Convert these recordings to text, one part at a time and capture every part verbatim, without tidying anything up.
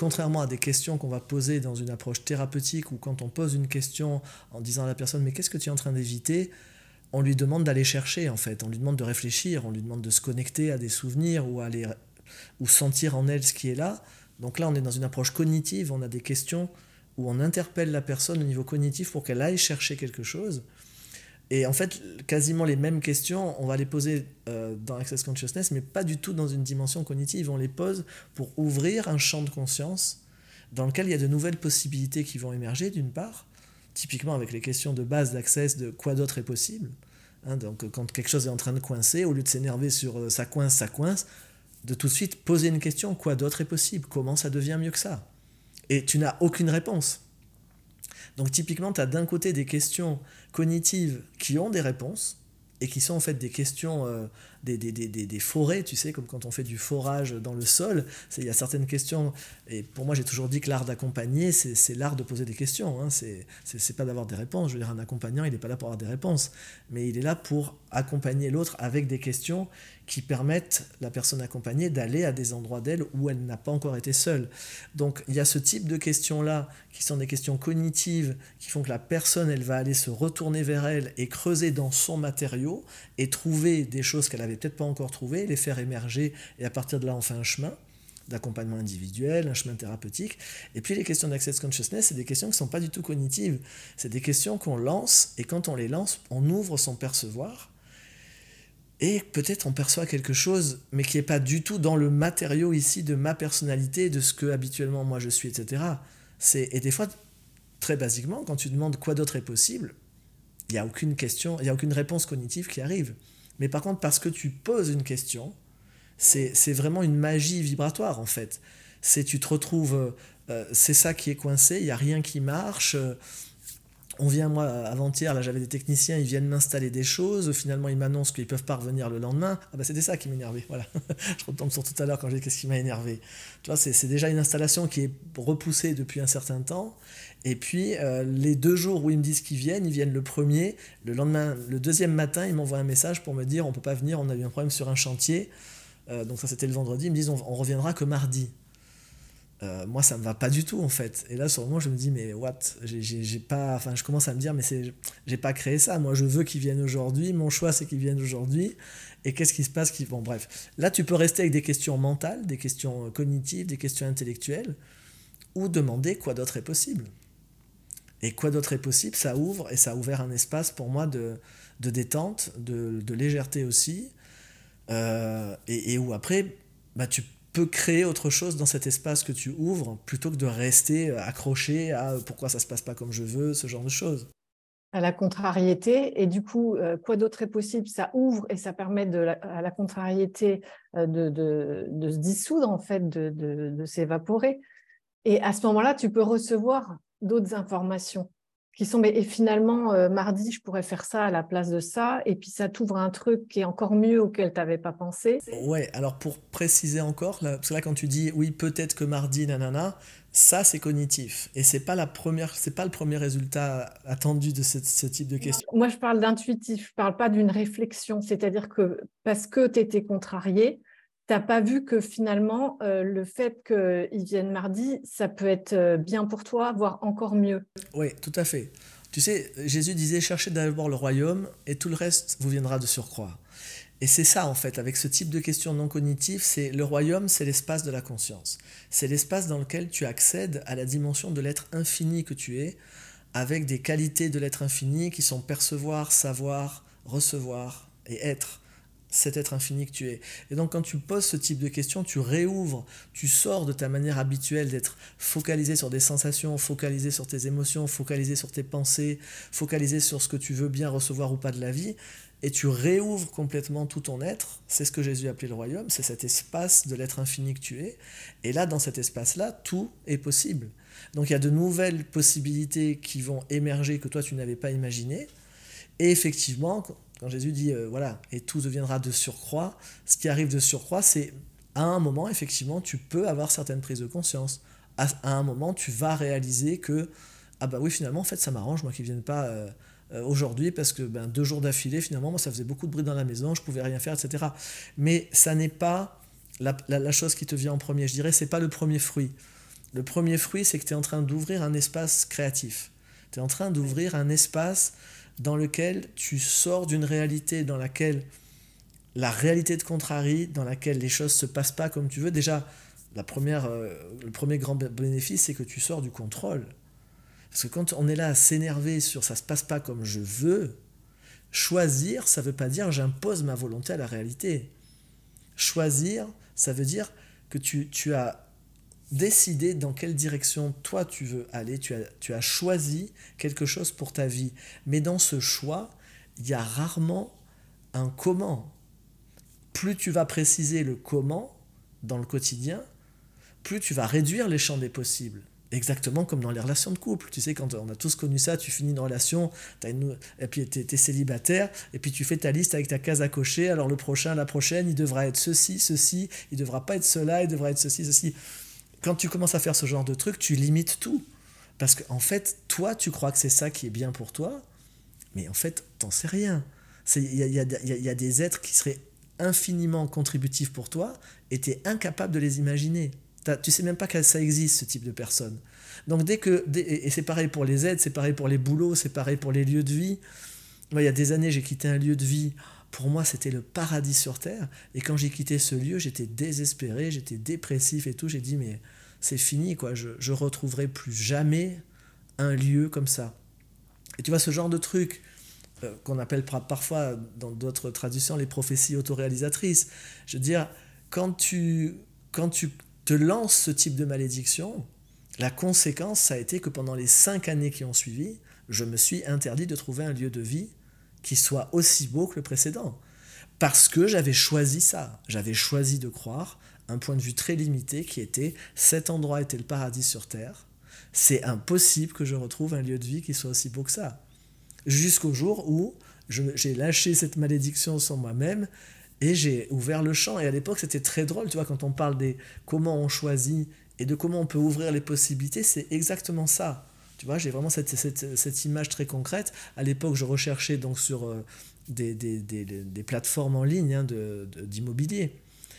contrairement à des questions qu'on va poser dans une approche thérapeutique ou quand on pose une question en disant à la personne mais qu'est-ce que tu es en train d'éviter, on lui demande d'aller chercher en fait, on lui demande de réfléchir, on lui demande de se connecter à des souvenirs ou, à les, ou sentir en elle ce qui est là. Donc là on est dans une approche cognitive, on a des questions où on interpelle la personne au niveau cognitif pour qu'elle aille chercher quelque chose. Et en fait, quasiment les mêmes questions, on va les poser euh, dans Access Consciousness, mais pas du tout dans une dimension cognitive. On les pose pour ouvrir un champ de conscience dans lequel il y a de nouvelles possibilités qui vont émerger, d'une part, typiquement avec les questions de base d'Access de quoi d'autre est possible. Hein, donc quand quelque chose est en train de coincer, au lieu de s'énerver sur euh, ça coince, ça coince, de tout de suite poser une question, quoi d'autre est possible? Comment ça devient mieux que ça? Et tu n'as aucune réponse. Donc typiquement, tu as d'un côté des questions cognitives qui ont des réponses et qui sont en fait des questions, euh, des, des, des, des forêts, tu sais, comme quand on fait du forage dans le sol. Il y a certaines questions, et pour moi j'ai toujours dit que l'art d'accompagner, c'est, c'est l'art de poser des questions. Hein. C'est, c'est, c'est pas d'avoir des réponses. Je veux dire, un accompagnant, il n'est pas là pour avoir des réponses, mais il est là pour accompagner l'autre avec des questions qui permettent la personne accompagnée d'aller à des endroits d'elle où elle n'a pas encore été seule. Donc il y a ce type de questions-là qui sont des questions cognitives qui font que la personne, elle va aller se retourner vers elle et creuser dans son matériau et trouver des choses qu'elle n'avait peut-être pas encore trouvées, les faire émerger et à partir de là on fait un chemin d'accompagnement individuel, un chemin thérapeutique. Et puis les questions d'Access Consciousness, c'est des questions qui ne sont pas du tout cognitives. C'est des questions qu'on lance et quand on les lance, on ouvre son percevoir. Et peut-être on perçoit quelque chose, mais qui n'est pas du tout dans le matériau ici de ma personnalité, de ce que habituellement moi je suis, et cetera. C'est, et des fois, très basiquement, quand tu demandes quoi d'autre est possible, il n'y a aucune question, il n'y a aucune réponse cognitive qui arrive. Mais par contre, parce que tu poses une question, c'est, c'est vraiment une magie vibratoire en fait. C'est tu te retrouves, euh, c'est ça qui est coincé, il n'y a rien qui marche. Euh, On vient, moi, avant-hier, là, j'avais des techniciens, ils viennent m'installer des choses, finalement, ils m'annoncent qu'ils ne peuvent pas revenir le lendemain. Ah bah c'était ça qui m'énervait, voilà. Je retombe sur tout à l'heure quand j'ai dit qu'est-ce qui m'a énervé. Tu vois, c'est, c'est déjà une installation qui est repoussée depuis un certain temps. Et puis, euh, les deux jours où ils me disent qu'ils viennent, ils viennent le premier. Le lendemain, le deuxième matin, ils m'envoient un message pour me dire on ne peut pas venir, on a eu un problème sur un chantier. Euh, donc ça, c'était le vendredi. Ils me disent on, on reviendra que mardi. Euh, moi ça me va pas du tout en fait, et là sur le moment je me dis mais what, j'ai, j'ai, j'ai pas, enfin je commence à me dire mais c'est, j'ai pas créé ça, moi je veux qu'ils viennent aujourd'hui, mon choix c'est qu'ils viennent aujourd'hui, et qu'est-ce qui se passe qui... Bon bref, là tu peux rester avec des questions mentales, des questions cognitives, des questions intellectuelles, ou demander quoi d'autre est possible. Et quoi d'autre est possible, ça ouvre, et ça a ouvert un espace pour moi de, de détente, de, de légèreté aussi, euh, et, et où après bah, tu peux créer autre chose dans cet espace que tu ouvres plutôt que de rester accroché à pourquoi ça se passe pas comme je veux, ce genre de choses. À la contrariété, et du coup, euh, quoi d'autre est possible? Ça ouvre et ça permet de la, à la contrariété euh, de, de, de se dissoudre, en fait, de, de, de s'évaporer. Et à ce moment-là, tu peux recevoir d'autres informations qui sont, mais et finalement, euh, mardi, je pourrais faire ça à la place de ça, et puis ça t'ouvre un truc qui est encore mieux auquel tu n'avais pas pensé. Ouais, alors pour préciser encore, là, parce que là quand tu dis oui peut-être que mardi, nanana, ça c'est cognitif et c'est pas la première, c'est pas le premier résultat attendu de ce, ce type de question. Moi, je parle d'intuitif, je parle pas d'une réflexion, c'est-à-dire que parce que tu étais contrarié, tu n'as pas vu que finalement, euh, le fait qu'ils viennent mardi, ça peut être euh, bien pour toi, voire encore mieux. Oui, tout à fait. Tu sais, Jésus disait cherchez d'abord le royaume et tout le reste vous viendra de surcroît. Et c'est ça en fait, avec ce type de questions non cognitives, c'est le royaume, c'est l'espace de la conscience. C'est l'espace dans lequel tu accèdes à la dimension de l'être infini que tu es, avec des qualités de l'être infini qui sont percevoir, savoir, recevoir et être cet être infini que tu es. Et donc quand tu poses ce type de questions, tu réouvres, tu sors de ta manière habituelle d'être focalisé sur des sensations, focalisé sur tes émotions, focalisé sur tes pensées, focalisé sur ce que tu veux bien recevoir ou pas de la vie, et tu réouvres complètement tout ton être. C'est ce que Jésus appelait le royaume, c'est cet espace de l'être infini que tu es. Et là, dans cet espace-là, tout est possible. Donc il y a de nouvelles possibilités qui vont émerger que toi tu n'avais pas imaginées. Et effectivement, quand Jésus dit euh, voilà, et tout deviendra de surcroît, ce qui arrive de surcroît, c'est à un moment, effectivement, tu peux avoir certaines prises de conscience. À, à un moment, tu vas réaliser que ah bah oui, finalement, en fait, ça m'arrange, moi, qu'ils ne viennent pas euh, euh, aujourd'hui, parce que ben, deux jours d'affilée, finalement, moi, ça faisait beaucoup de bruit dans la maison, je pouvais rien faire, et cetera. Mais ça n'est pas la, la, la chose qui te vient en premier, je dirais, c'est pas le premier fruit. Le premier fruit, c'est que tu es en train d'ouvrir un espace créatif. Tu es en train d'ouvrir un espace dans lequel tu sors d'une réalité dans laquelle la réalité te contrarie, dans laquelle les choses ne se passent pas comme tu veux. Déjà, la première, euh, le premier grand bénéfice, c'est que tu sors du contrôle. Parce que quand on est là à s'énerver sur ça ne se passe pas comme je veux, choisir, ça ne veut pas dire j'impose ma volonté à la réalité. Choisir, ça veut dire que tu, tu as décidé dans quelle direction toi tu veux aller, tu as, tu as choisi quelque chose pour ta vie. Mais dans ce choix, il y a rarement un comment. Plus tu vas préciser le comment dans le quotidien, plus tu vas réduire les champs des possibles. Exactement comme dans les relations de couple. Tu sais, quand on a tous connu ça, tu finis une relation, t'as une, et puis tu es célibataire, et puis tu fais ta liste avec ta case à cocher. Alors le prochain, la prochaine, il devra être ceci, ceci, il ne devra pas être cela, il devra être ceci, ceci. Quand tu commences à faire ce genre de truc, tu limites tout. Parce qu'en fait, toi, tu crois que c'est ça qui est bien pour toi, mais en fait, t'en sais rien. Il y a, y, a, y, a, y a des êtres qui seraient infiniment contributifs pour toi, et tu es incapable de les imaginer. Tu sais même pas que ça existe, ce type de personnes. Donc dès que, dès, et c'est pareil pour les aides, c'est pareil pour les boulots, c'est pareil pour les lieux de vie. Moi, il y a des années, j'ai quitté un lieu de vie. Pour moi, c'était le paradis sur terre. Et quand j'ai quitté ce lieu, j'étais désespéré, j'étais dépressif et tout. J'ai dit, mais c'est fini, quoi. Je ne retrouverai plus jamais un lieu comme ça. Et tu vois, ce genre de truc euh, qu'on appelle parfois, dans d'autres traditions, les prophéties autoréalisatrices. Je veux dire, quand tu... Quand tu te lance ce type de malédiction, la conséquence, ça a été que pendant les cinq années qui ont suivi, je me suis interdit de trouver un lieu de vie qui soit aussi beau que le précédent. Parce que j'avais choisi ça. J'avais choisi de croire un point de vue très limité qui était cet endroit était le paradis sur terre. C'est impossible que je retrouve un lieu de vie qui soit aussi beau que ça. Jusqu'au jour où je, j'ai lâché cette malédiction sur moi-même. Et j'ai ouvert le champ. Et à l'époque, c'était très drôle, tu vois, quand on parle des comment on choisit et de comment on peut ouvrir les possibilités, c'est exactement ça. Tu vois, j'ai vraiment cette, cette, cette image très concrète. À l'époque, je recherchais donc sur euh, des, des, des, des plateformes en ligne hein, de, de, d'immobilier.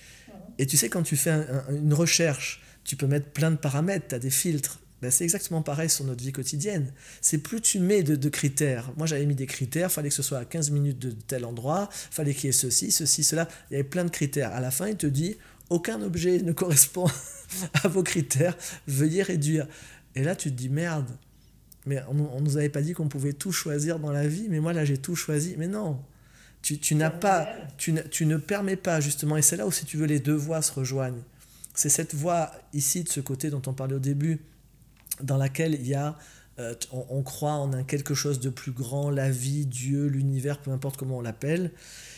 Et tu sais, quand tu fais un, un, une recherche, tu peux mettre plein de paramètres, tu as des filtres. Ben, c'est exactement pareil sur notre vie quotidienne. C'est plus tu mets de, de critères. Moi, j'avais mis des critères. Il fallait que ce soit à quinze minutes de tel endroit. Il fallait qu'il y ait ceci, ceci, cela. Il y avait plein de critères. À la fin, il te dit, aucun objet ne correspond à vos critères. Veuillez réduire. Et là, tu te dis, merde. Mais on ne nous avait pas dit qu'on pouvait tout choisir dans la vie. Mais moi, là, j'ai tout choisi. Mais non. Tu, tu n'as pas, tu, tu ne permets pas, justement. Et c'est là où, si tu veux, les deux voies se rejoignent. C'est cette voie ici, de ce côté dont on parlait au début, dans laquelle il y a, euh, on, on croit en un quelque chose de plus grand, la vie, Dieu, l'univers, peu importe comment on l'appelle.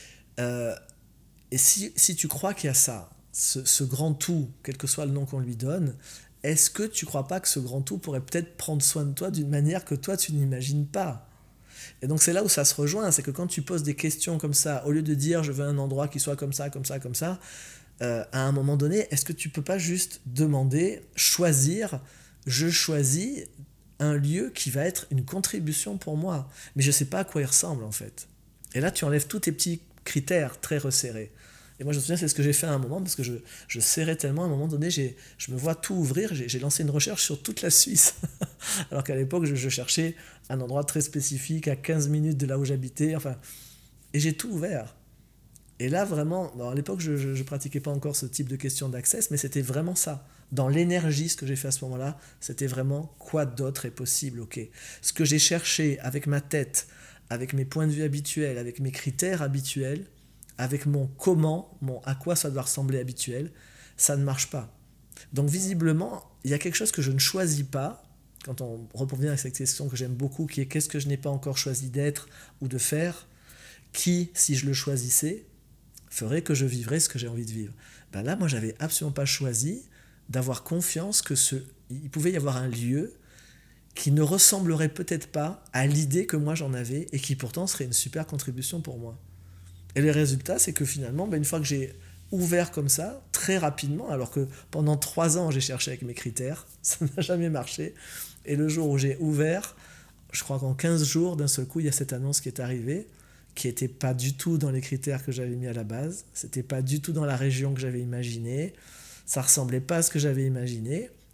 Euh, et si, si tu crois qu'il y a ça, ce, ce grand tout, quel que soit le nom qu'on lui donne, est-ce que tu ne crois pas que ce grand tout pourrait peut-être prendre soin de toi d'une manière que toi, tu n'imagines pas ? Et donc c'est là où ça se rejoint, c'est que quand tu poses des questions comme ça, au lieu de dire je veux un endroit qui soit comme ça, comme ça, comme ça, euh, à un moment donné, est-ce que tu ne peux pas juste demander, choisir, je choisis un lieu qui va être une contribution pour moi, mais je ne sais pas à quoi il ressemble en fait. Et là, tu enlèves tous tes petits critères très resserrés. Et moi, je me souviens, c'est ce que j'ai fait à un moment, parce que je, je serrais tellement, à un moment donné, j'ai, je me vois tout ouvrir, j'ai, j'ai lancé une recherche sur toute la Suisse. Alors qu'à l'époque, je, je cherchais un endroit très spécifique, à quinze minutes de là où j'habitais, enfin, et j'ai tout ouvert. Et là, vraiment, à l'époque, je ne pratiquais pas encore ce type de question d'accès, mais c'était vraiment ça. Dans l'énergie, ce que j'ai fait à ce moment-là, c'était vraiment quoi d'autre est possible, ok. Ce que j'ai cherché avec ma tête, avec mes points de vue habituels, avec mes critères habituels, avec mon comment, mon à quoi ça doit ressembler habituel, ça ne marche pas. Donc visiblement, il y a quelque chose que je ne choisis pas, quand on revient à cette question que j'aime beaucoup, qui est qu'est-ce que je n'ai pas encore choisi d'être ou de faire, qui, si je le choisissais, ferait que je vivrais ce que j'ai envie de vivre. Ben là, moi, j'avais absolument pas choisi d'avoir confiance que ce, il pouvait y avoir un lieu qui ne ressemblerait peut-être pas à l'idée que moi j'en avais et qui pourtant serait une super contribution pour moi. Et le résultat, c'est que finalement, ben une fois que j'ai ouvert comme ça, très rapidement, alors que pendant trois ans, j'ai cherché avec mes critères, ça n'a jamais marché. Et le jour où j'ai ouvert, je crois qu'en quinze jours, d'un seul coup, il y a cette annonce qui est arrivée, qui n'était pas du tout dans les critères que j'avais mis à la base, c'était pas du tout dans la région que j'avais imaginée, ça ressemblait pas à ce que j'avais imaginé,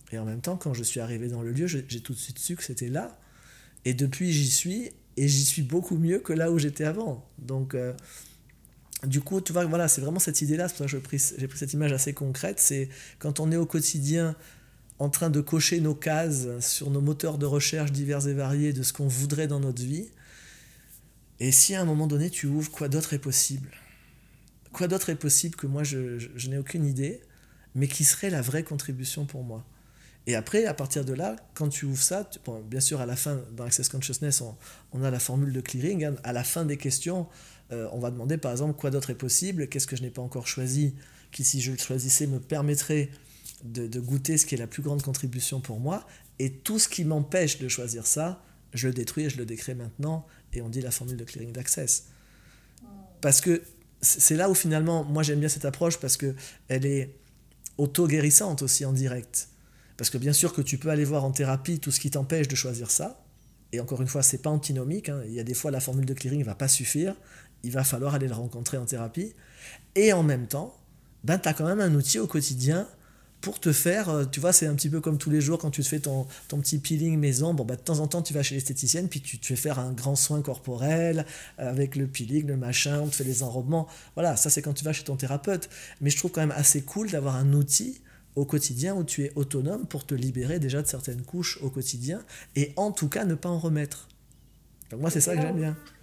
Et en même temps, quand je suis arrivé dans le lieu, je- j'ai tout de suite su que c'était là. Et depuis, j'y suis, et j'y suis beaucoup mieux que là où j'étais avant. Donc, euh, du coup, tu vois, voilà, c'est vraiment cette idée-là, c'est pour ça que j'ai pris, j'ai pris cette image assez concrète, c'est quand on est au quotidien en train de cocher nos cases sur nos moteurs de recherche divers et variés de ce qu'on voudrait dans notre vie, et si à un moment donné tu ouvres, quoi d'autre est possible? Quoi d'autre est possible que moi je, je, je n'ai aucune idée, mais qui serait la vraie contribution pour moi? Et après, à partir de là, quand tu ouvres ça, tu- bon, bien sûr, à la fin, dans Access Consciousness, on, on a la formule de clearing. Hein. À la fin des questions, euh, on va demander par exemple quoi d'autre est possible, qu'est-ce que je n'ai pas encore choisi, qui si je le choisissais me permettrait de, de goûter ce qui est la plus grande contribution pour moi. Et tout ce qui m'empêche de choisir ça, je le détruis et je le décrée maintenant. Et on dit la formule de clearing d'access. Parce que c'est là où finalement, moi j'aime bien cette approche parce qu'elle est auto-guérissante aussi en direct. Parce que bien sûr que tu peux aller voir en thérapie tout ce qui t'empêche de choisir ça. Et encore une fois, c'est pas antinomique. Hein. Il y a des fois, la formule de clearing ne va pas suffire. Il va falloir aller le rencontrer en thérapie. Et en même temps, ben, tu as quand même un outil au quotidien pour te faire, euh, tu vois, c'est un petit peu comme tous les jours quand tu te fais ton, ton petit peeling maison. Bon, ben, de temps en temps, tu vas chez l'esthéticienne, puis tu te fais faire un grand soin corporel euh, avec le peeling, le machin, on te fait les enrobements. Voilà, ça c'est quand tu vas chez ton thérapeute. Mais je trouve quand même assez cool d'avoir un outil au quotidien où tu es autonome pour te libérer déjà de certaines couches au quotidien et en tout cas ne pas en remettre. Donc moi c'est ça que j'aime bien.